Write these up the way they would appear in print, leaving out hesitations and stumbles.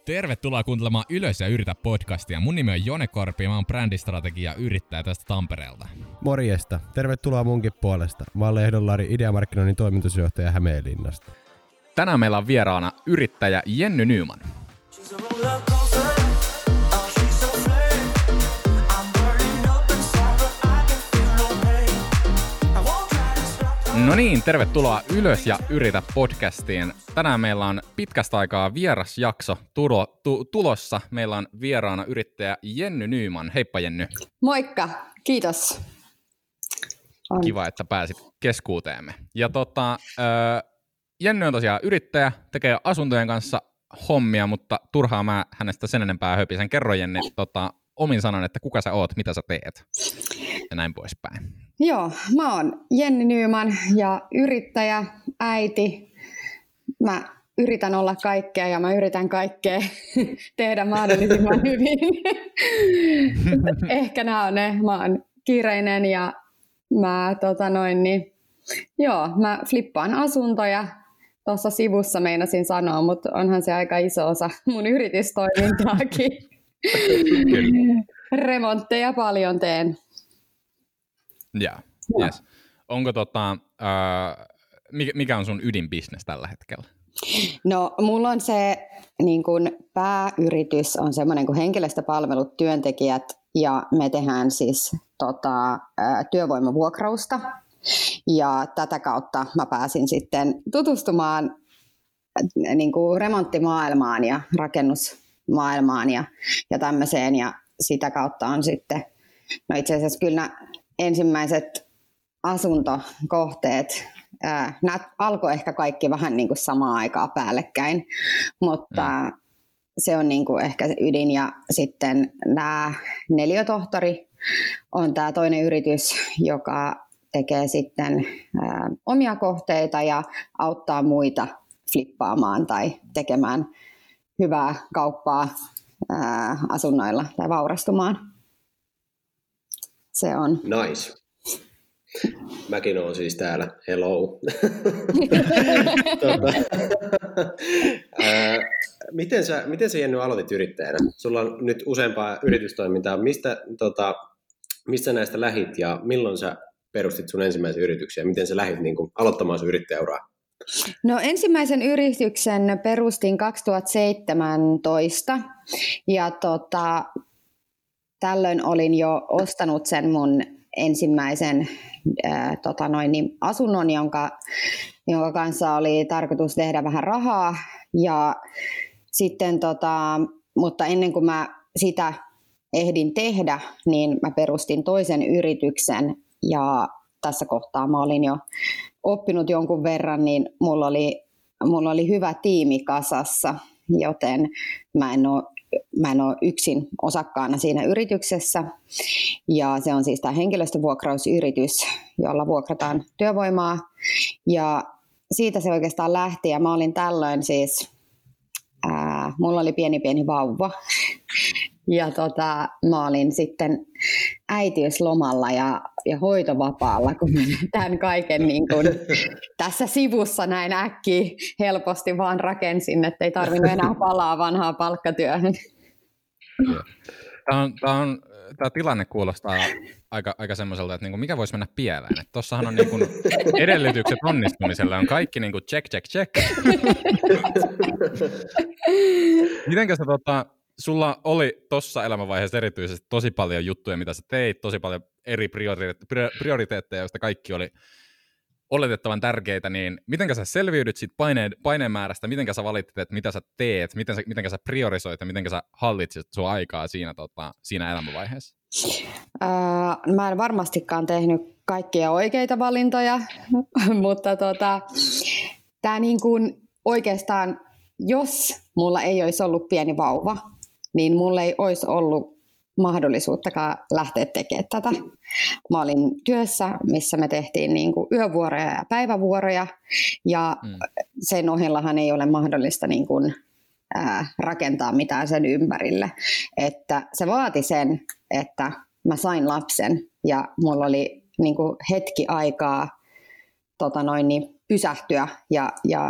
Tervetuloa kuuntelemaan Ylös ja yritä podcastia. Mun nimi on Jone Korpi ja mä oon brändistrategia ja yrittäjä tästä Tampereelta. Morjesta. Tervetuloa munkin puolesta. Mä oon Lehdonlaari Ideamarkkinoinnin toimitusjohtaja Hämeenlinnasta. Tänään meillä on vieraana yrittäjä Jenny Nyman. No niin, tervetuloa Ylös ja yritä podcastiin. Tänään meillä on pitkästä aikaa vierasjakso tulossa. Meillä on vieraana yrittäjä Jenny Nyman. Heippa Jenny. Moikka, kiitos. Kiva, että pääsit keskuuteemme. Ja Jenny on tosiaan yrittäjä, tekee asuntojen kanssa hommia, mutta turhaa mä hänestä sen enempää höpisen. Kerro Jenny omin sanon, että kuka sä oot, mitä sä teet ja näin poispäin. Joo, mä oon Jenny Nyman ja yrittäjä, äiti. Mä yritän olla kaikkea ja mä yritän kaikkea tehdä mahdollisimman hyvin. Ehkä nämä on ne. Mä oon kiireinen ja mä mä flippaan asuntoja. Tuossa sivussa meinasin sanoa, mutta onhan se aika iso osa mun yritystoimintaakin. Remontteja paljon teen. Yes. Onko mikä on sun ydinbusiness tällä hetkellä? No, mulla on se niin kun pääyritys on semmoinen kuin henkilöstöpalvelut, työntekijät, ja me tehdään siis työvoimavuokrausta. Ja tätä kautta mä pääsin sitten tutustumaan niin kuin remonttimaailmaan ja rakennusmaailmaan ja tämmöiseen, ja sitä kautta on sitten, no itse asiassa kyllä ensimmäiset asuntokohteet, nämä alkoi ehkä kaikki vähän niin kuin samaan aikaan päällekkäin, mutta se on niin kuin ehkä se ydin. Ja sitten nämä Neliötohtori on tämä toinen yritys, joka tekee sitten omia kohteita ja auttaa muita flippaamaan tai tekemään hyvää kauppaa asunnoilla tai vaurastumaan. Se on. Nice. Mäkin olen siis täällä. Hello. Miten sä Jenny aloitit yrittäjänä? Sulla on nyt useampaa yritystoimintaa. Mistä näistä lähit ja milloin sä perustit sun ensimmäisen yrityksen ja miten sä lähdit niin kuin aloittamaan sun yrittäjäuraa? No, ensimmäisen yrityksen perustin 2017 ja tällöin olin jo ostanut sen mun ensimmäisen asunnon, jonka kanssa oli tarkoitus tehdä vähän rahaa. Ja sitten, mutta ennen kuin mä sitä ehdin tehdä, niin mä perustin toisen yrityksen. Ja tässä kohtaa mä olin jo oppinut jonkun verran, niin mulla oli hyvä tiimi kasassa, joten mä en ole yksin osakkaana siinä yrityksessä. Ja se on siis tämä henkilöstövuokrausyritys, jolla vuokrataan työvoimaa. Ja siitä se oikeastaan lähti. Ja mä olin tällöin siis, mulla oli pieni vauva. Ja mä olin sitten äitiyslomalla ja hoitovapaalla, kun tämän kaiken niin kun tässä sivussa näin äkkiä helposti vaan rakensin, ettei tarvinnut enää palaa vanhaan palkkatyöhön. Tämä tilanne kuulostaa aika semmoiselta, että mikä voisi mennä pieleen. Tuossahan on edellytykset onnistumiselle on kaikki check. Mitenkä sulla oli tuossa elämänvaiheessa erityisesti tosi paljon juttuja, mitä sä teit, tosi paljon eri prioriteetteja, joista kaikki oli oletettavan tärkeitä, niin mitenkä sä selviydyt siitä paineen määrästä, mitenkä sä valittit, että mitä sä teet, mitenkä sä priorisoit ja mitenkä sä hallitsit sun aikaa siinä elämänvaiheessa? Mä en varmastikaan tehnyt kaikkia oikeita valintoja, mutta tää niin kuin oikeastaan, jos mulla ei olisi ollut pieni vauva, niin mulla ei olisi ollut mahdollisuuttakaan lähteä tekemään tätä. Mä olin työssä, missä me tehtiin niin kuin yövuoroja ja päivävuoroja, ja sen ohillahan ei ole mahdollista niin kuin, rakentaa mitään sen ympärille. Että se vaati sen, että mä sain lapsen, ja mulla oli niin kuin hetki aikaa pysähtyä ja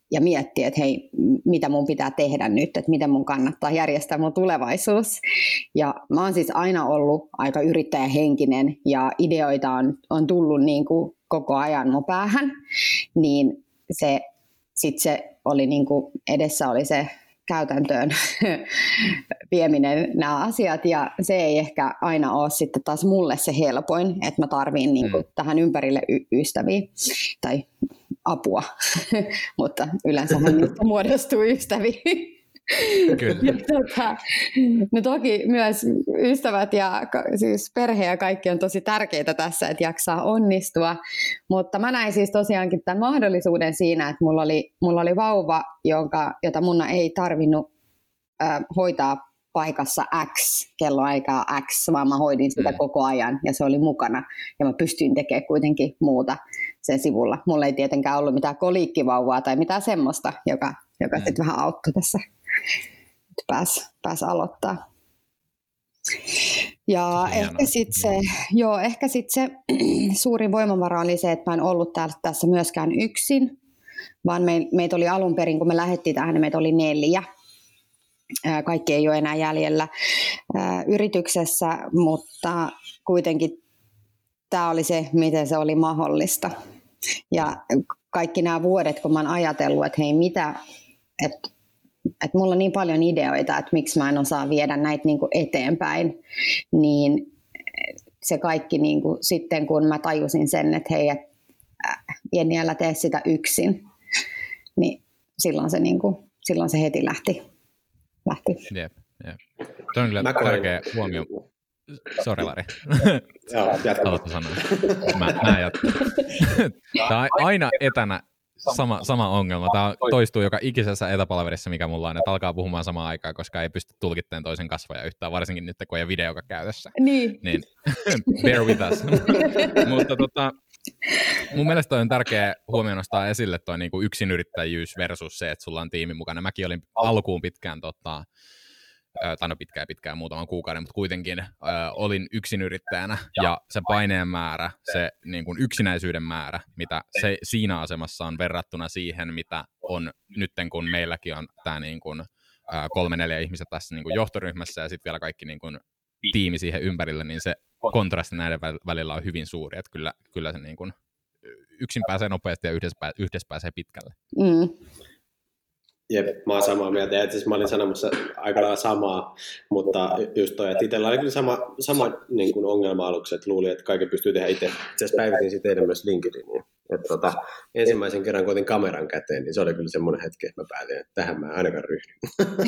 ja miettiä, että hei, mitä mun pitää tehdä nyt, että miten mun kannattaa järjestää mun tulevaisuus. Ja mä oon siis aina ollut aika yrittäjähenkinen ja ideoita on tullut niin kuin koko ajan mun päähän, niin se oli niin kuin edessä oli se käytäntöön vieminen nämä asiat, ja se ei ehkä aina ole sitten taas mulle se helpoin, että mä tarviin niin kuin tähän ympärille ystäviä tai apua, mutta yleensähän niistä muodostuu ystäviä. Kyllä. No toki myös ystävät ja siis perhe ja kaikki on tosi tärkeitä tässä, että jaksaa onnistua, mutta mä näin siis tosiaankin tämän mahdollisuuden siinä, että mulla oli vauva, jota mun ei tarvinnut hoitaa paikassa X, kelloaikaa X, vaan mä hoidin sitä koko ajan ja se oli mukana ja mä pystyin tekemään kuitenkin muuta sen sivulla. Mulla ei tietenkään ollut mitään koliikkivauvaa tai mitään semmoista, joka sitten vähän auttoi tässä. Pääs aloittaa. Ja ehkä sitten se suurin voimavara oli se, että mä en ollut tässä myöskään yksin, vaan meitä oli alun perin, kun me lähdettiin tähän, niin meitä oli 4. Kaikki ei ole enää jäljellä yrityksessä, mutta kuitenkin tämä oli se, miten se oli mahdollista. Ja kaikki nämä vuodet, kun mä oon ajatellut, että hei että mulla on niin paljon ideoita, että miksi mä en osaa viedä näitä niin kuin eteenpäin, niin se kaikki niin kuin, sitten kun mä tajusin sen, että hei, Jenni, älä tee sitä yksin, niin silloin se heti lähti. Jep. Tuo on kyllä tärkeä huomio. Sori, Lari. Haluatko sanoa? Mä jatkan. Tämä on aina etänä sama ongelma. Tämä toistuu joka ikisessä etäpalaverissa, mikä mulla on, että alkaa puhumaan samaan aikaan, koska ei pysty tulkittamaan toisen kasvoja yhtään, varsinkin nyt, kun ei videoka käytössä. Niin bear with us. Mutta mun mielestä toi on tärkeä huomioon nostaa esille toi niinku yksinyrittäjyys versus se, että sulla on tiimi mukana. Mäkin olin alkuun pitkään, pitkään muutaman kuukauden, mutta kuitenkin olin yksinyrittäjänä ja se paineen määrä, se niin kuin yksinäisyyden määrä, mitä se siinä asemassa on verrattuna siihen, mitä on nytten, kun meilläkin on tämä niin kuin 3-4 ihmistä tässä niin kuin johtoryhmässä ja sitten vielä kaikki niin kuin tiimi siihen ympärille, niin se kontrasti näiden välillä on hyvin suuri, että kyllä se niin kuin yksin pääsee nopeasti ja yhdessä pääsee pitkälle. Jep, mä oon samaa mieltä. Ja itse mä olin sanomassa aika lailla samaa, mutta just toi, että itsellä oli kyllä sama niin kuin ongelma aluksi, että luulin, että kaikki pystyy tehdä itse. Itse asiassa päivitin siitä teille myös LinkedIniin. Että ensimmäisen kerran kun otin kameran käteen, niin se oli kyllä semmoinen hetki, että mä päätin, että tähän mä ainakaan ryhdyn.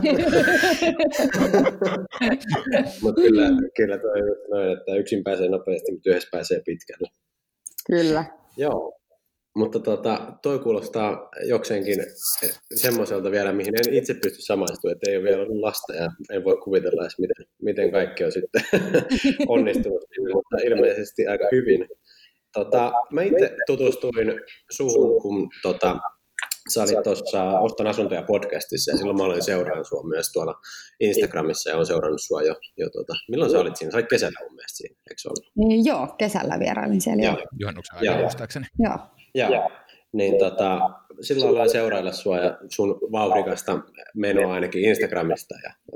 Mutta kyllä toi noin, että yksin pääsee nopeasti, mutta yhdessä pääsee pitkälle. Kyllä. Joo. Mutta toi kuulostaa jokseenkin semmoiselta vielä, mihin en itse pysty samaistumaan, että ei ole vielä ollut lasta ja en voi kuvitella edes, miten kaikki on sitten onnistunut, mutta ilmeisesti aika hyvin. Mä itse tutustuin suhun, kun sä olit tuossa Ostan asuntoja podcastissa ja silloin mä olin seurannut sua myös tuolla Instagramissa ja olen seurannut sua jo milloin sä olit siinä? Sä olit kesällä mun mielestä siinä, eikö se ollut? Joo, kesällä vierailin siellä. Joo. Juhannuksen aikana muistaakseni. Joo. Niin silloin aloin seurailla sua ja sun vauhdikasta menoa ainakin Instagramista.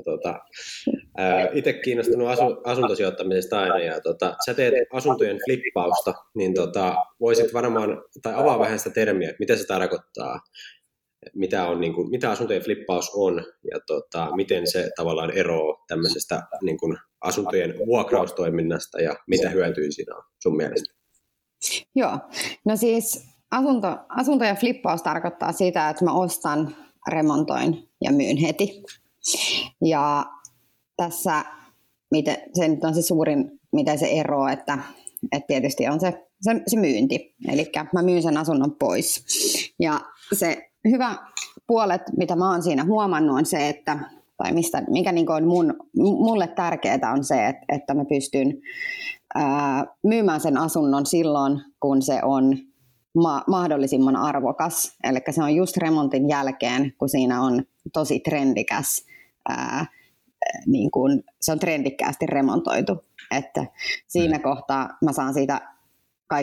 Itse kiinnostunut asuntosijoittamisesta aina ja sä teet asuntojen flippausta, niin voisit varmaan, tai avaa vähän sitä termiä, että mitä se tarkoittaa, mitä asuntojen flippaus on ja miten se tavallaan eroaa tämmöisestä niin kuin asuntojen vuokraustoiminnasta ja mitä hyötyä siinä on sun mielestä? Joo, no siis asuntojen flippaus tarkoittaa sitä, että mä ostan, remontoin ja myyn heti. Ja tässä se nyt on se suurin, miten se ero, että tietysti on se myynti. Eli mä myyn sen asunnon pois. Ja se hyvä puolet, mitä mä oon siinä huomannut, on se, että mikä niin on mulle tärkeää on se, että mä pystyn myymään sen asunnon silloin, kun se on mahdollisimman arvokas. Eli se on just remontin jälkeen, kun siinä on tosi trendikäs, niin kun se on trendikkäästi remontoitu. Että siinä kohtaa mä saan siitä kaikista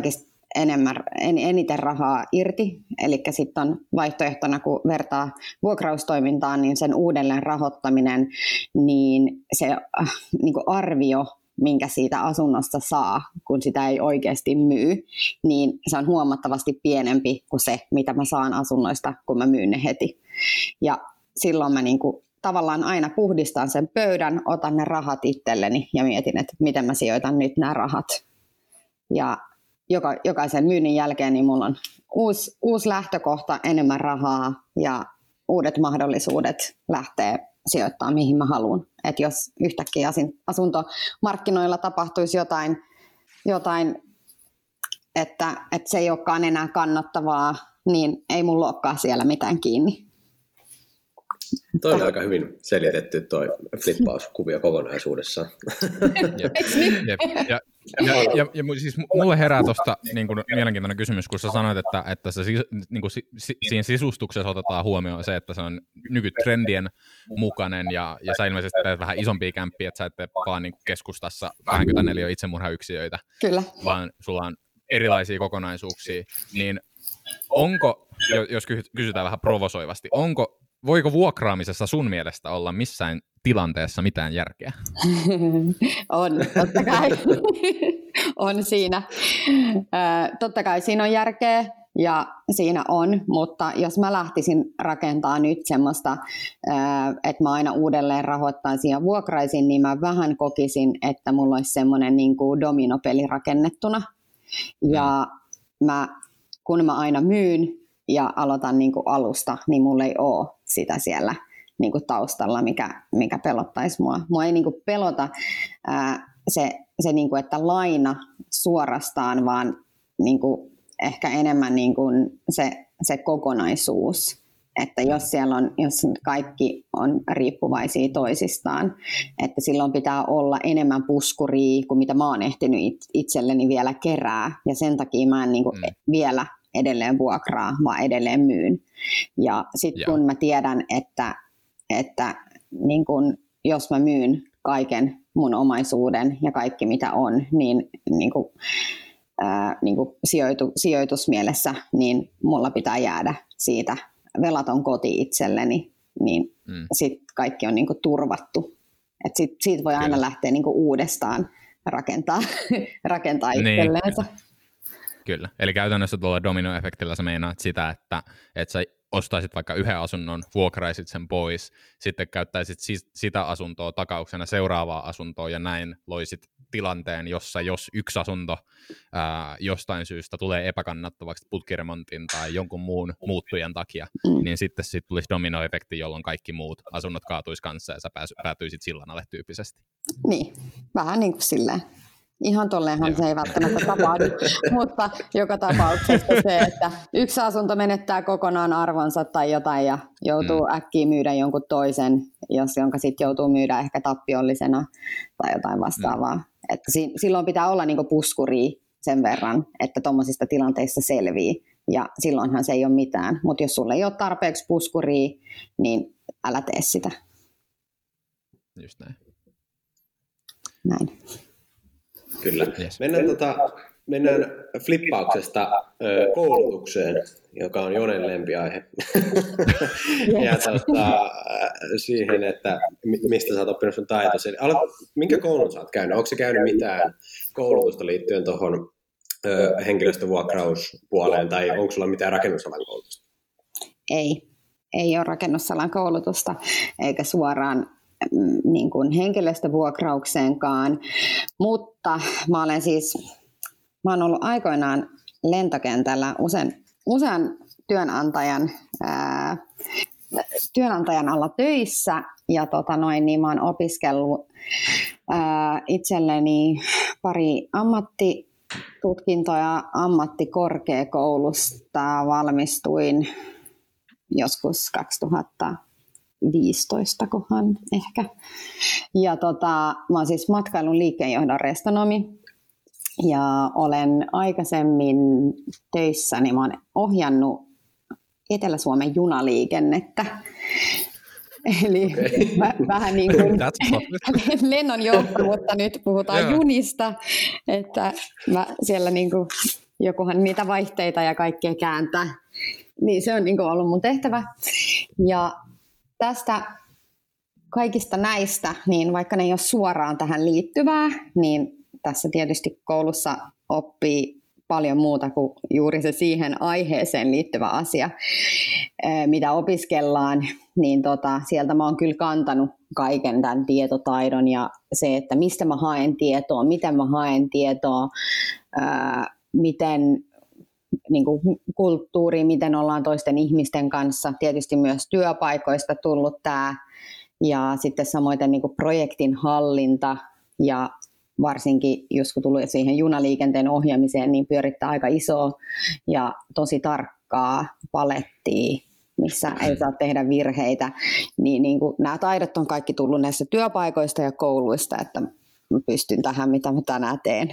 eniten rahaa irti. Eli sitten on vaihtoehtona, kun vertaa vuokraustoimintaan, niin sen uudelleen rahoittaminen, niin se niin kuin arvio, minkä siitä asunnosta saa, kun sitä ei oikeasti myy, niin se on huomattavasti pienempi kuin se, mitä mä saan asunnoista, kun mä myyn ne heti. Ja silloin mä niin kuin tavallaan aina puhdistan sen pöydän, otan ne rahat itselleni ja mietin, että miten mä sijoitan nyt nämä rahat. Ja jokaisen myynnin jälkeen niin mulla on uusi lähtökohta, enemmän rahaa ja uudet mahdollisuudet lähteä sijoittamaan mihin mä haluan. Että jos yhtäkkiä asuntomarkkinoilla tapahtuisi jotain että se ei olekaan enää kannattavaa, niin ei mulla olekaan siellä mitään kiinni. Toi on aika hyvin selitetty toi flippauskuvio kokonaisuudessaan. Ja siis mulle herää tuosta niin kuin mielenkiintoinen kysymys, kun sä sanoit, että se, niin kuin siinä sisustuksessa otetaan huomioon se, että se on nykytrendien mukainen ja sä ilmeisesti teet vähän isompia kämppiä, että sä et tee vaan niin kuin keskustassa 24 itsemurhayksiöitä, Kyllä. vaan sulla on erilaisia kokonaisuuksia, niin onko, jos kysytään vähän provosoivasti, voiko vuokraamisessa sun mielestä olla missään tilanteessa mitään järkeä? On, totta kai. On siinä. Totta kai siinä on järkeä ja siinä on, mutta jos mä lähtisin rakentamaan nyt semmoista, että mä aina uudelleen rahoittaisin ja vuokraisin, niin mä vähän kokisin, että mulla olisi semmoinen niin kuin dominopeli rakennettuna. Ja kun mä aina myyn ja aloitan niin kuin alusta, niin mulla ei ole sitä siellä niin kuin taustalla, mikä pelottaisi mua. Mua ei niin kuin pelota se niin kuin, että laina suorastaan, vaan niin kuin ehkä enemmän niin kuin se kokonaisuus. Että jos kaikki on riippuvaisia toisistaan, että silloin pitää olla enemmän puskuria kuin mitä mä oon ehtinyt itselleni vielä kerää. Ja sen takia mä en niin kuin vielä edelleen vuokraa, vaan edelleen myyn. Ja sitten kun mä tiedän, että niin kun, jos mä myyn kaiken mun omaisuuden ja kaikki mitä on, niin sijoitusmielessä, niin mulla pitää jäädä siitä velaton koti itselleni, niin sitten kaikki on niin kun turvattu. Et siitä voi aina lähteä niin kun uudestaan rakentaa itselleensä. Kyllä. Eli käytännössä tuolla dominoefektillä sä meinaat sitä, että sä ostaisit vaikka yhden asunnon, vuokraisit sen pois, sitten käyttäisit sitä asuntoa takauksena seuraavaa asuntoa ja näin loisit tilanteen, jossa jos yksi asunto jostain syystä tulee epäkannattavaksi putkiremontin tai jonkun muun muuttujan takia, niin sitten tulisi dominoefekti, jolloin kaikki muut asunnot kaatuisi kanssa ja sä päätyisit sillan alle tyyppisesti. Niin, vähän niin kuin silleen. Ihan tolleenhan se ei välttämättä tapahdu, mutta joka tapauksessa se, että yksi asunto menettää kokonaan arvonsa tai jotain ja joutuu äkkiä myydä jonkun toisen, jonka sitten joutuu myydä ehkä tappiollisena tai jotain vastaavaa. Että silloin pitää olla niinku puskuria sen verran, että tuommoisista tilanteista selvii ja silloinhan se ei ole mitään. Mutta jos sulla ei ole tarpeeksi puskuria, niin älä tee sitä. Just näin. Näin. Kyllä. Yes. Mennään flippauksesta koulutukseen, joka on Jonen lempiaihe. Ja siihen, että mistä sä oot oppinut sun taitosi. Minkä koulun sä oot käynyt? Onko sä käynyt mitään koulutusta liittyen tuohon henkilöstövuokrauspuoleen, tai onko sulla mitään rakennusalan koulutusta? Ei ole rakennusalan koulutusta, eikä suoraan niin kuin henkilöstövuokraukseenkaan, mutta mä oon ollut aikoinaan lentokentällä usean työnantajan alla töissä ja niin mä oon opiskellut itselleni pari ammattitutkintoja ammattikorkeakoulusta, valmistuin joskus 2015 kohan ehkä. Ja mä oon siis matkailun liikkeenjohdon restonomi ja olen aikaisemmin töissä, niin mä oon ohjannut Etelä-Suomen junaliikennettä. Eli vähän niin kuin lennonjohto, mutta nyt puhutaan junista, että mä siellä niin kuin jokuhan niitä vaihteita ja kaikkea kääntää. Niin se on niin kuin ollut mun tehtävä. Ja tästä kaikista näistä, niin vaikka ne ei ole suoraan tähän liittyvää, niin tässä tietysti koulussa oppii paljon muuta kuin juuri se siihen aiheeseen liittyvä asia, mitä opiskellaan, niin sieltä mä oon kyllä kantanut kaiken tämän tietotaidon ja se, että mistä mä haen tietoa, miten mä haen tietoa, miten niin kuin kulttuuri, miten ollaan toisten ihmisten kanssa, tietysti myös työpaikoista tullut tämä, ja sitten samoin niin kuin projektin hallinta, ja varsinkin jos kun tulee siihen junaliikenteen ohjaamiseen, niin pyörittää aika isoa ja tosi tarkkaa palettia, missä ei saa tehdä virheitä. Niin kuin nämä taidot on kaikki tullut näissä työpaikoista ja kouluista, että mä pystyn tähän, mitä mä tänään teen.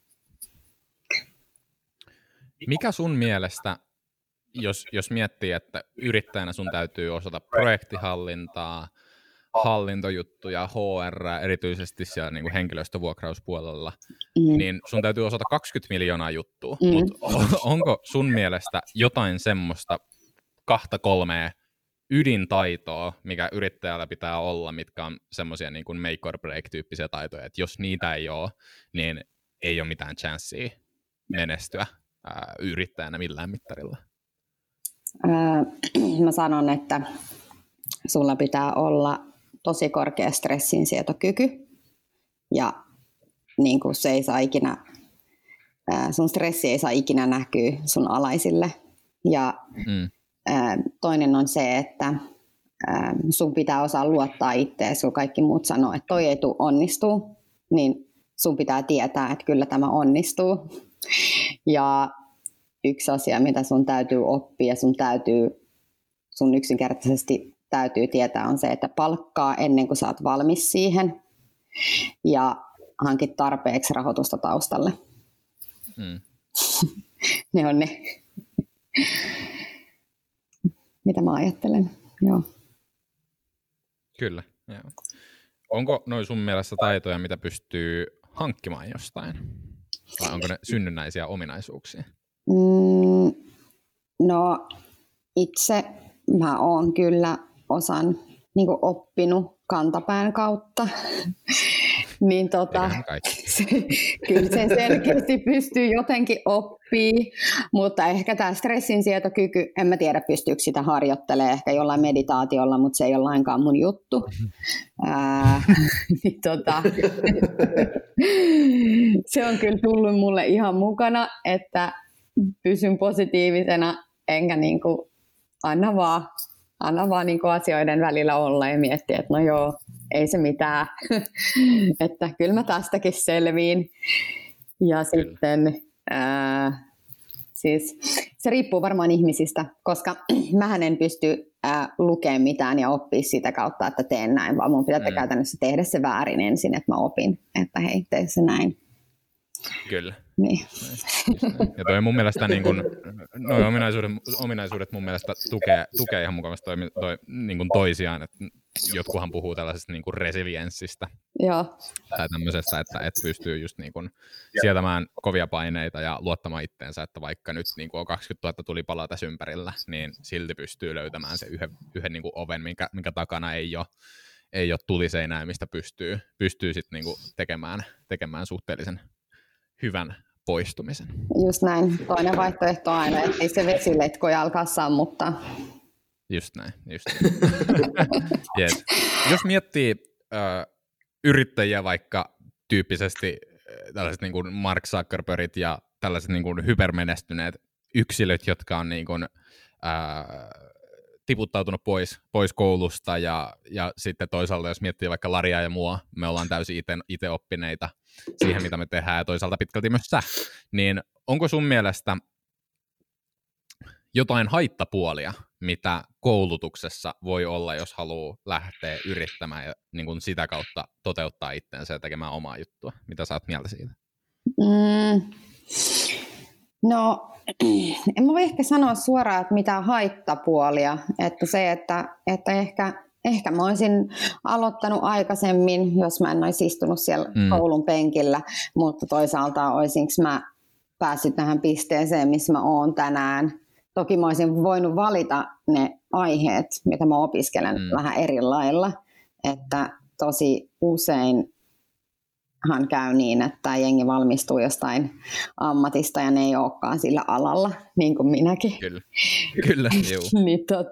Mikä sun mielestä, jos miettii, että yrittäjänä sun täytyy osata projektihallintaa, hallintojuttuja, HR, erityisesti siellä niin kuin henkilöstövuokrauspuolella, niin sun täytyy osata 20 miljoonaa juttua, mutta onko sun mielestä jotain semmoista 2-3 ydintaitoa, mikä yrittäjällä pitää olla, mitkä on semmoisia niin kuin make or break-tyyppisiä taitoja, että jos niitä ei ole, niin ei ole mitään chanssia menestyä yrittäjänä millään mittarilla? Mä sanon, että sulla pitää olla tosi korkea stressinsietokyky ja niin kuin se ei saa ikinä, sun stressi ei saa ikinä näkyä sun alaisille. Ja toinen on se, että sun pitää osaa luottaa itseesi, kun kaikki muut sanoo, että toi ei tule onnistuu, niin sun pitää tietää, että kyllä tämä onnistuu. Ja yksi asia, mitä sun täytyy oppia, sun yksinkertaisesti täytyy tietää, on se, että palkkaa ennen kuin sä oot valmis siihen ja hankit tarpeeksi rahoitusta taustalle. Ne on ne, mitä mä ajattelen. Joo. Kyllä. Joo. Onko noin sun mielestä taitoja, mitä pystyy hankkimaan jostain? Vai onko ne synnynnäisiä ominaisuuksia? No itse mä oon kyllä niin kuin oppinut kantapään kautta. Niin kyllä sen selkeästi pystyy jotenkin oppimaan, mutta ehkä tämä stressinsietokyky, en mä tiedä pystyykö sitä harjoittelemaan ehkä jollain meditaatiolla, mutta se ei ole lainkaan mun juttu. Se on kyllä tullut mulle ihan mukana, että pysyn positiivisena, enkä niinku anna vaan niinku asioiden välillä olla ja miettiä, että no joo, ei se mitään, että kyllä mä tästäkin selviin. Ja sitten siis se riippuu varmaan ihmisistä, koska mähän en pysty lukemaan mitään ja oppia sitä kautta, että teen näin, vaan mun pitää käytännössä tehdä se väärin ensin, että mä opin, että hei, tee se näin. Kyllä. Niin. Ja toi mun mielestä niin kun, noi ominaisuudet mun mielestä tukee ihan mukavasti niin kun toisiaan, että jotkuhan puhuu tällaisesta niin kun resilienssistä. Joo. Tai tämmöisestä, että pystyy just niin kun sietämään kovia paineita ja luottamaan itteensä, että vaikka nyt niin kun on 20 000 tulipaloa tässä ympärillä, niin silti pystyy löytämään se yhden niin kun oven, minkä takana ei ole tuliseinää, mistä pystyy sitten niin kun tekemään suhteellisen hyvän poistumisen. Just näin. Toinen vaihtoehto on aina, että se vesiletkoja alkaa sammuttaa. Just näin. Yes. Jos miettii yrittäjiä vaikka tyyppisesti tällaiset niin kuin Mark Zuckerbergit ja tällaiset niin kuin hypermenestyneet yksilöt, jotka on niin kuin, tiputtautunut pois koulusta ja sitten toisaalta jos miettii vaikka Laria ja mua, me ollaan täysin itse oppineita siihen, mitä me tehdään ja toisaalta pitkälti myös sä, niin onko sun mielestä jotain haittapuolia, mitä koulutuksessa voi olla, jos haluaa lähteä yrittämään ja niin kuin sitä kautta toteuttaa itseänsä ja tekemään omaa juttua? Mitä sä oot mieltä siitä? No, en mä voi ehkä sanoa suoraan, että mitään haittapuolia. Että se, että ehkä mä olisin aloittanut aikaisemmin, jos mä en olisi istunut siellä koulun penkillä, mutta toisaalta olisinko mä päässyt tähän pisteeseen, missä mä oon tänään. Toki mä olisin voinut valita ne aiheet, mitä mä opiskelen vähän eri lailla, että tosi useinhan käy niin, että jengi valmistuu jostain ammatista ja ne ei olekaan sillä alalla, niin kuin minäkin. Kyllä, joo.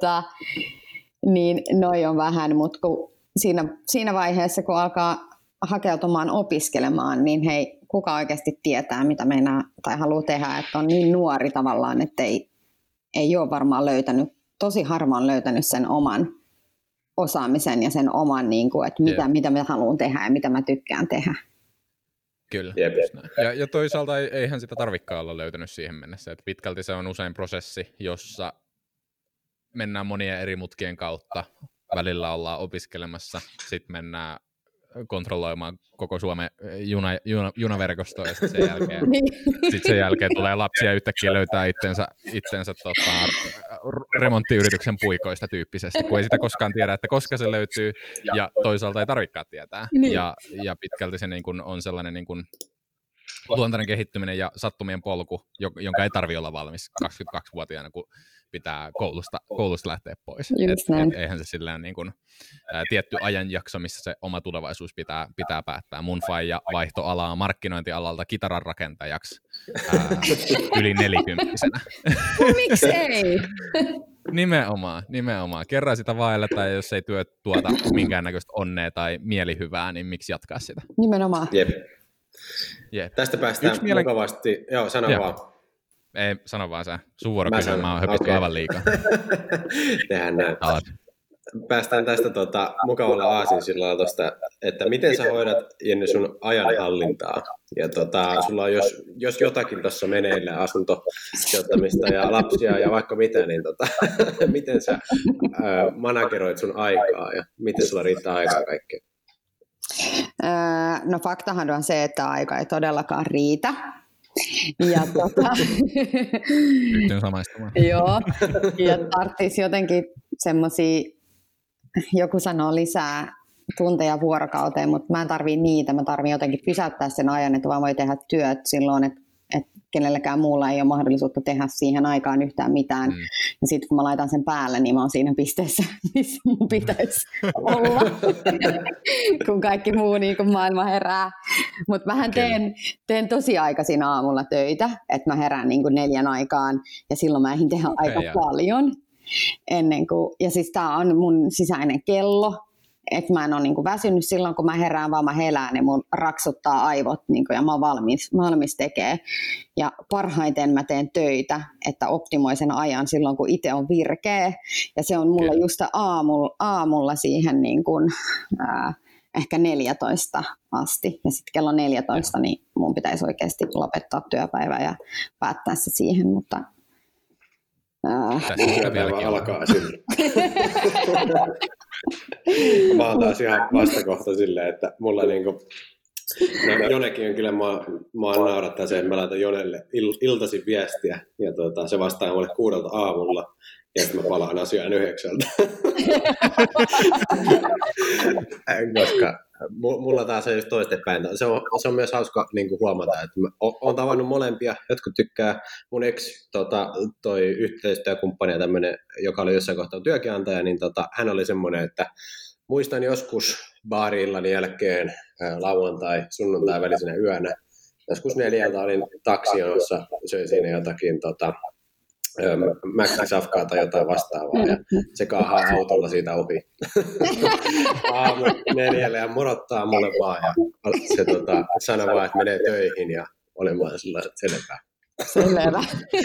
niin noi on vähän, mutta siinä vaiheessa, kun alkaa hakeutumaan opiskelemaan, niin hei, kuka oikeasti tietää, mitä meinaa tai haluaa tehdä, että on niin nuori tavallaan, että ei ole varmaan tosi harvoin löytänyt sen oman osaamisen ja sen oman, niin kuin, että mitä mä haluan tehdä ja mitä mä tykkään tehdä. Kyllä. Ja toisaalta eihän sitä tarvikaan olla löytänyt siihen mennessä. Että pitkälti se on usein prosessi, jossa mennään monien eri mutkien kautta. Välillä ollaan opiskelemassa, sitten mennään kontrolloimaan koko Suomen junaverkostoa ja sitten sen jälkeen tulee lapsia yhtäkkiä löytää itsensä remonttiyrityksen puikoista tyyppisesti, kun ei sitä koskaan tiedä, että koska se löytyy ja toisaalta ei tarvitsekaan tietää. Ja pitkälti se niin kun on sellainen niin kun luontainen kehittyminen ja sattumien polku, jonka ei tarvitse olla valmis 22-vuotiaana, kun pitää koulusta lähteä pois. Eihän se silleen niin kuin, tietty ajanjakso, missä se oma tulevaisuus pitää päättää. Mun faija vaihto alaa markkinointialalta kitaran rakentajaksi yli 40-vuotiaana. Miksei? Nimenomaan. Kerran sitä vailla, tai jos ei työ tuota minkäännäköistä onnea tai mielihyvää, niin miksi jatkaa sitä? Nimenomaan. Jep. Tästä päästään mukavasti. Joo, sano vaan. Ei, sano vaan sä. Sun vuoro kysyä, mä oon höpisty aivan liikaa. Tehdään näin. Päästään tästä mukavalla aasinsillalla tuosta, että miten sä hoidat, Jenny, sun ajanhallintaa. Ja sulla on, jos jotakin tuossa meneillään, asuntosijoittamista ja lapsia ja vaikka mitä, niin miten sä manageroit sun aikaa ja miten sulla riittää aikaa kaikkeen? No faktahan on se, että aika ei todellakaan riitä. Ja Pystyyn samaistumaan. Joo, ja tarvitsisi jotenkin semmoisia, joku sanoo lisää tunteja vuorokauteen, mutta mä en tarvii niitä, mä tarvii jotenkin pysäyttää sen ajan, että vaan voi tehdä työt silloin, että kenellekään muulla ei ole mahdollisuutta tehdä siihen aikaan yhtään mitään. Ja sitten kun mä laitan sen päälle, niin mä oon siinä pisteessä, missä mun pitäisi olla, kun kaikki muu niin kun maailma herää. Mutta mähän teen tosi aikaisin aamulla töitä, että mä herään niin kuin 4 aikaan, ja silloin mä ehdin tehdä aika paljon. Ja siis tää on mun sisäinen kello, että mä en ole niinku väsynyt silloin, kun mä herään, vaan mä helään ja mun raksuttaa aivot niinku, ja mä oon valmis tekemään. Ja parhaiten mä teen töitä, että optimoi sen ajan silloin, kun itse on virkeä. Ja se on mulla just aamulla siihen niinku, ehkä 14 asti. Ja sitten kello 14, niin mun pitäisi oikeasti lopettaa työpäivä ja päättää se siihen, mutta tässä vieläkin alkaa sille. Mä oon taas ihan vastakohta silleen, että mulla niinku, Jonekin on kyllä, mä naurattaa se, että mä laitan Jonelle iltaisin viestiä, ja se vastaa mulle 6 aamulla, ja sitten mä palaan asiaan 9. Koska mulla taas on just toistepäin. Se on myös hauska niin kuin huomata, että mä oon tavannut molempia. Jotkut tykkää, mun ex toi yhteistyökumppani ja tämmöinen, joka oli jossain kohtaa työkiantaja, niin hän oli semmoinen, että muistan joskus baari-illan jälkeen lauantai, sunnuntai välisenä yönä. Joskus 4 olin taksijonossa, söin siinä jotakin Mac-safkaa tai jotain vastaavaa, ja se kaahaa autolla siitä ohi. Aamu 4 ja morottaa mulle vaan, ja se sanoi vaan, että menee töihin, ja olin vaan sellaiset selvää. Selvä.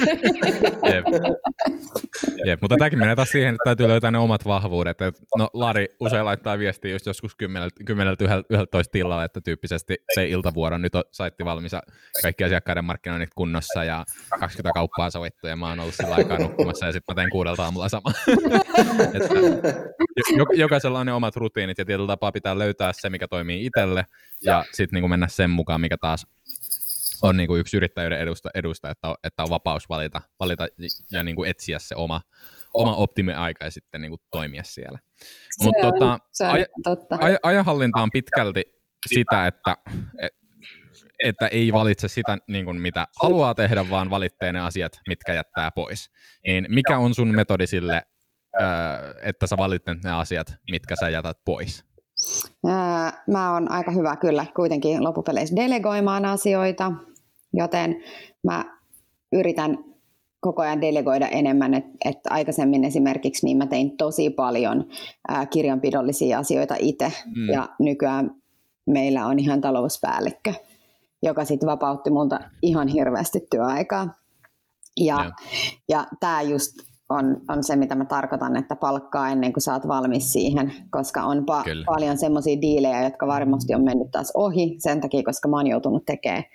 Jep, mutta tämäkin menee taas siihen, että täytyy löytää ne omat vahvuudet. No, Lari usein laittaa viestiä just joskus 10-11 tilalla, että tyyppisesti se iltavuoro nyt on saitti valmis kaikki asiakkaiden markkinoinnit kunnossa ja 20 kauppaa sovittu ja mä oon ollut sillä aikaa nukkumassa ja sitten mä teen 6 aamulla sama. Jokaisella on ne omat rutiinit ja tietyllä tapaa pitää löytää se, mikä toimii itselle ja sitten niin mennä sen mukaan, mikä taas on niin kuin yksi yrittäjyyden edusta, että on vapaus valita ja niin kuin etsiä se oma optimiaika ja sitten niin kuin toimia siellä. Mutta totta. Ajanhallinta on pitkälti sitä, että että ei valitse sitä, niin kuin mitä haluaa tehdä, vaan valitsee ne asiat, mitkä jättää pois. Niin mikä on sun metodi sille, että sä valitset ne asiat, mitkä sä jätät pois? Mä oon aika hyvä kyllä kuitenkin loppupeleissä delegoimaan asioita, joten mä yritän koko ajan delegoida enemmän, että aikaisemmin esimerkiksi niin mä tein tosi paljon kirjanpidollisia asioita itse, ja nykyään meillä on ihan talouspäällikkö, joka sitten vapautti multa ihan hirveästi työaikaa. Ja tämä just on se, mitä mä tarkoitan, että palkkaa ennen kuin sä oot valmis siihen, koska on paljon semmoisia diilejä, jotka varmasti on mennyt taas ohi sen takia, koska mä oon joutunut tekemään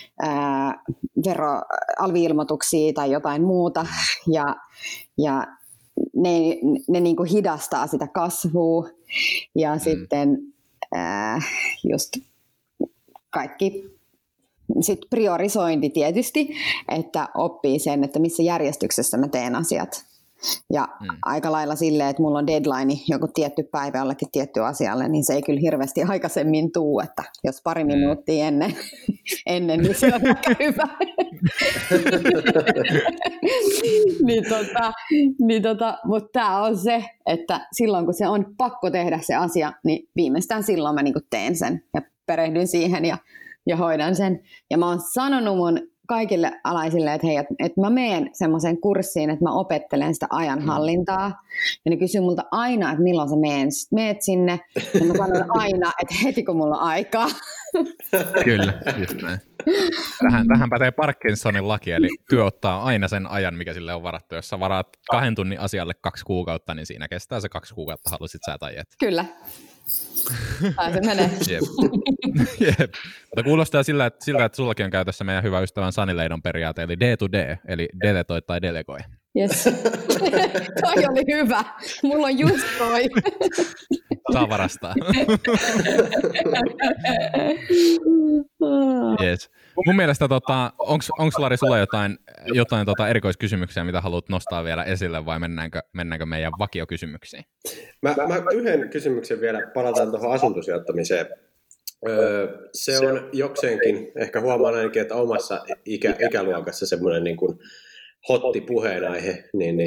alvi-ilmoituksia tai jotain muuta, ja ne niin kuin hidastaa sitä kasvua, ja sitten just kaikki sitten priorisointi tietysti, että oppii sen, että missä järjestyksessä mä teen asiat. Ja aika lailla silleen, että mulla on deadline joku tietty päivä jollekin tietty asialle, niin se ei kyllä hirveästi aikaisemmin tuu, että jos pari minuuttia ennen niin se on aika hyvä. Mutta tämä on se, että silloin kun se on pakko tehdä se asia, niin viimeistään silloin mä niinku teen sen ja perehdyn siihen ja hoidan sen. Ja mä oon sanonut mun kaikille alaisille, että hei, että mä menen semmoiseen kurssiin, että mä opettelen sitä ajanhallintaa. Ja ne kysyy multa aina, että milloin sä meet sinne. Ja mä sanon aina, että heti kun mulla on aikaa. Kyllä, just näin. Tähän pätee Parkinsonin laki, eli työ ottaa aina sen ajan, mikä sille on varattu. Jos sä varaat 2 tunnin asialle 2 kuukautta, niin siinä kestää se 2 kuukautta, halusit sä tai et. Kyllä. Se menee. Jep. Mutta kuulostaa sillä, että sullakin on käytössä meidän hyvä ystävän Sani Leidon periaate, eli D to D, eli deletoi tai delegoi. Yes. Toi oli hyvä. Mulla on just toi. Saa varastaa. Yes. Mun mielestä, onko Lari sulla jotain erikoiskysymyksiä, mitä haluat nostaa vielä esille, vai mennäänkö meidän vakiokysymyksiin? Mä yhden kysymyksen vielä, palataan tuohon asuntosijoittamiseen. Se on jokseenkin, ehkä huomaan ainakin, että omassa ikäluokassa semmoinen niin kuin hotti puheenaihe,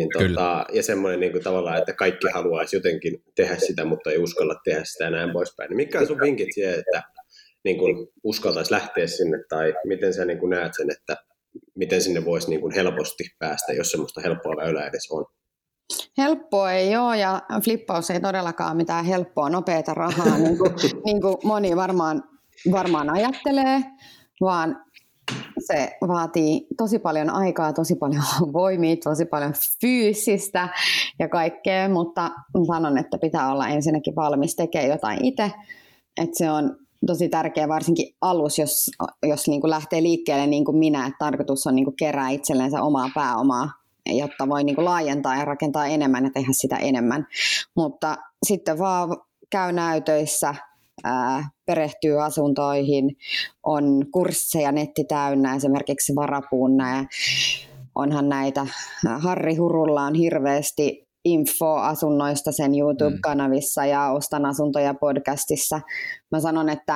ja semmoinen niin kuin tavallaan, että kaikki haluaisi jotenkin tehdä sitä, mutta ei uskalla tehdä sitä ja näin poispäin. Niin mitkä on sun vinkit siihen, että niin kuin uskaltaisi lähteä sinne, tai miten sä niin kuin näet sen, että miten sinne voisi niin kuin helposti päästä, jos semmoista helppoa väylää edes on? Helppoa ei ole, ja flippaus ei todellakaan mitään helppoa, nopeata rahaa, niin kuin moni varmaan ajattelee, vaan se vaatii tosi paljon aikaa, tosi paljon voimia, tosi paljon fyysistä ja kaikkea, mutta sanon, että pitää olla ensinnäkin valmis tekemään jotain itse, että se on tosi tärkeä varsinkin alus, jos niin kuin lähtee liikkeelle niin kuin minä, että tarkoitus on niin kuin kerää itsellensä omaa pääomaa, jotta voi niin kuin laajentaa ja rakentaa enemmän ja tehdä sitä enemmän. Mutta sitten vaan käy näytöissä, perehtyy asuntoihin, on kursseja netti täynnä, esimerkiksi Varapuuna, ja onhan näitä, Harri Hurulla on hirveästi info-asunnoista sen YouTube-kanavissa ja Ostan asuntoja podcastissa. Mä sanon, että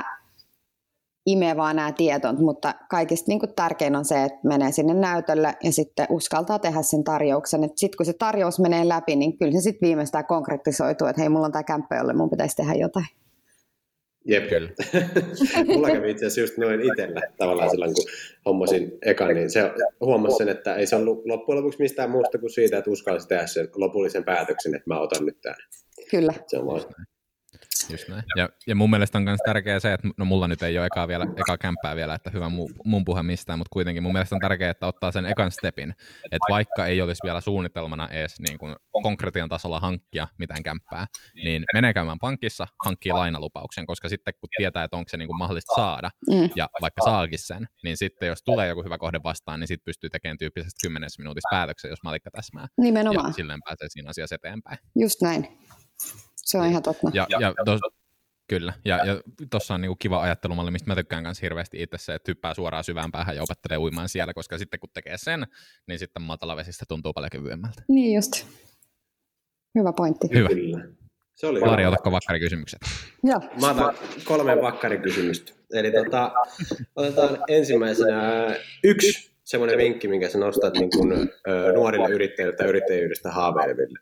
imee vaan nämä tietot, mutta kaikista niin kuin tärkein on se, että menee sinne näytölle ja sitten uskaltaa tehdä sen tarjouksen. Sitten kun se tarjous menee läpi, niin kyllä se sitten viimeistään konkretisoituu, että hei, mulla on tämä kämppä, jolle mun pitäisi tehdä jotain. Jep, kyllä. Mulla kävi itse asiassa just noin itsellä tavallaan silloin, kun hommasin ekan, niin se huomasi sen, että ei se ollut loppujen lopuksi mistään muusta kuin siitä, että uskalsi tehdä sen lopullisen päätöksen, että mä otan nyt tämän. Kyllä. Se on vaan. Just näin. Ja mun mielestä on myös tärkeää se, että no mulla nyt ei ole eka kämppää vielä, että hyvä mun puhe mistään, mutta kuitenkin mun mielestä on tärkeää, että ottaa sen ekan stepin, että vaikka ei olisi vielä suunnitelmana edes niin kuin konkretian tasolla hankkia mitään kämppää, niin menee käymään pankissa, hankkii lainalupauksen, koska sitten kun tietää, että onko se niin kuin mahdollista saada, ja vaikka saakin sen, niin sitten jos tulee joku hyvä kohde vastaan, niin sitten pystyy tekemään tyyppisesti 10 minuutissa päätöksen, jos malikka täsmää. Nimenomaan. Ja silleen pääsee siinä asiassa eteenpäin. Just näin. Se on ihan totta. Kyllä, ja tuossa on niinku kiva ajattelumalli, mistä mä tykkään kanssa hirveästi itse se, että hyppää suoraan syvään päähän ja opettelee uimaan siellä, koska sitten kun tekee sen, niin sitten matalavesistä tuntuu paljon kevyemmältä. Niin just. Hyvä pointti. Hyvä. Kyllä. Se oli Lari, otatko vakkarikysymykset? Joo. Mä otan 3 vakkarikysymystä. Eli otetaan ensimmäisenä yksi semmoinen vinkki, minkä sä nostat niin kuin, nuorille yrittäjille tai yrittäjyydestä haaveileville.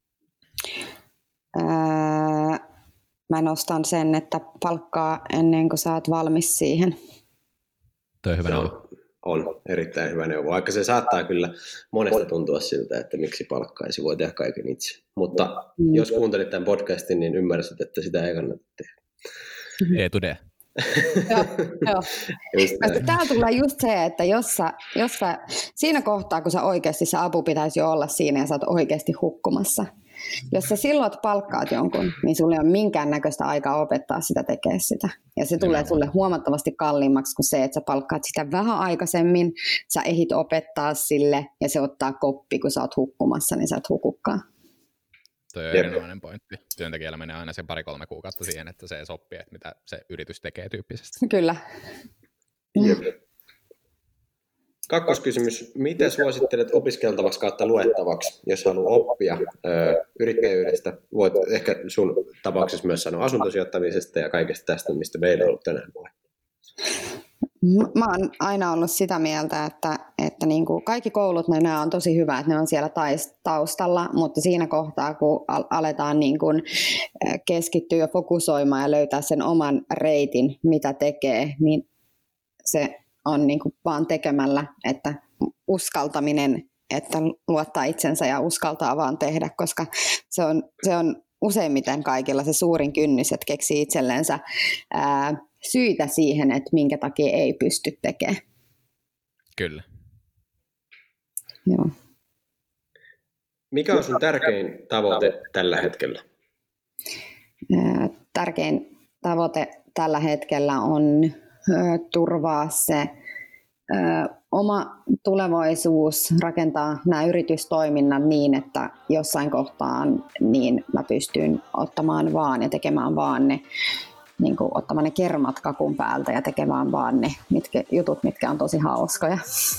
Mä nostan sen, että palkkaa ennen kuin sä oot valmis siihen. Toi on hyvä neuvo. On erittäin hyvä neuvo, vaikka se saattaa kyllä monesta tuntua siltä, että miksi palkkaisi, voi tehdä kaiken itse. Mutta jos kuuntelit tämän podcastin, niin ymmärsit, että sitä ei kannata tehdä. E-to-D. Joo. Täällä tulee just se, että jos sä, siinä kohtaa, kun sä oikeasti se apu pitäisi jo olla siinä ja sä oot oikeasti hukkumassa. Jos sä silloin palkkaat jonkun, niin sulla ei ole minkäännäköistä aikaa opettaa sitä tekemään sitä. Ja se tulee sulle huomattavasti kalliimmaksi kuin se, että sä palkkaat sitä vähän aikaisemmin, sä ehdit opettaa sille ja se ottaa koppi, kun sä oot hukkumassa, niin sä et hukukkaan. Toi on erinomainen pointti. Työntekijällä menee aina se 2-3 kuukautta siihen, että se oppii, että mitä se yritys tekee tyyppisesti. Kyllä. Jep. Kakkoskysymys. Miten suosittelet opiskeltavaksi kautta luettavaksi, jos haluaa oppia yrittäjyydestä? Voit ehkä sun tapauksessa myös sanoa asuntosijoittamisesta ja kaikesta tästä, mistä meillä on ollut tänään puhetta. Mä oon aina ollut sitä mieltä, että niin kuin kaikki koulut, nämä on tosi hyvä, että ne on siellä taustalla, mutta siinä kohtaa, kun aletaan niin kuin keskittyä ja fokusoimaan ja löytää sen oman reitin, mitä tekee, niin se on niin kuin vaan tekemällä, että uskaltaminen, että luottaa itsensä ja uskaltaa vaan tehdä, koska se on useimmiten kaikilla se suurin kynnys, että keksii itsellensä syitä siihen, että minkä takia ei pysty tekemään. Kyllä. Joo. Mikä on sun tärkein tavoite tällä hetkellä? Tärkein tavoite tällä hetkellä on turvaa se oma tulevaisuus, rakentaa nämä yritystoiminnat niin, että jossain kohtaan niin mä pystyn ottamaan vaan ja tekemään vaan ne, niin kuin ottamaan ne kermat kakun päältä ja tekemään vaan ne jutut, mitkä on tosi hauskoja.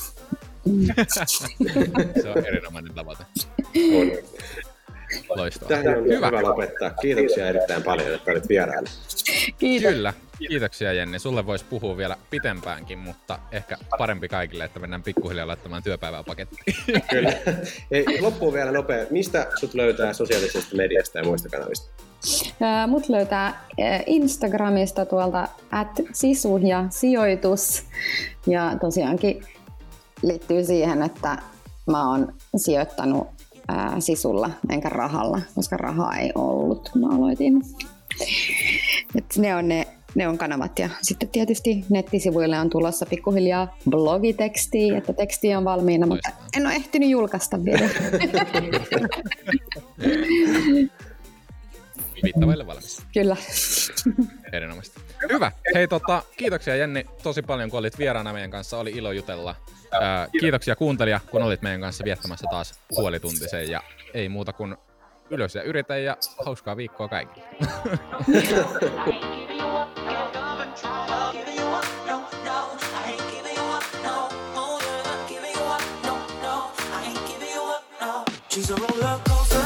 Se on erinomainen tavoite. On. Loistavaa. Tähän on hyvä lopettaa. Kiitoksia erittäin paljon, että olit vieraana. Kiitos. Kyllä. Kiitoksia Jenni. Sulle voisi puhua vielä pitempäänkin, mutta ehkä parempi kaikille, että mennään pikkuhiljaa laittamaan työpäivää pakettiin. Kyllä. Hei, loppuun vielä nopea. Mistä sut löytää sosiaalisesta mediasta ja muista kanavista? Mut löytää Instagramista tuolta @sisu ja sijoitus. Ja tosiaankin liittyy siihen, että mä oon sijoittanut sisulla enkä rahalla, koska rahaa ei ollut, kun mä aloitin. Et ne on kanavat ja sitten tietysti nettisivuille on tulossa pikkuhiljaa blogitekstiä, että teksti on valmiina, mutta en ole ehtinyt julkaista vielä. Viittavaille valmis. Kyllä. Erinomaisesti. Hyvä. Hei, kiitoksia Jenni tosi paljon, kun olit vieraana meidän kanssa. Oli ilo jutella. Kiitoksia kuuntelija, kun olit meidän kanssa viettämässä taas puolituntisen. Ja ei muuta kuin ylös ja yritä ja hauskaa viikkoa kaikille. She's a roller coaster.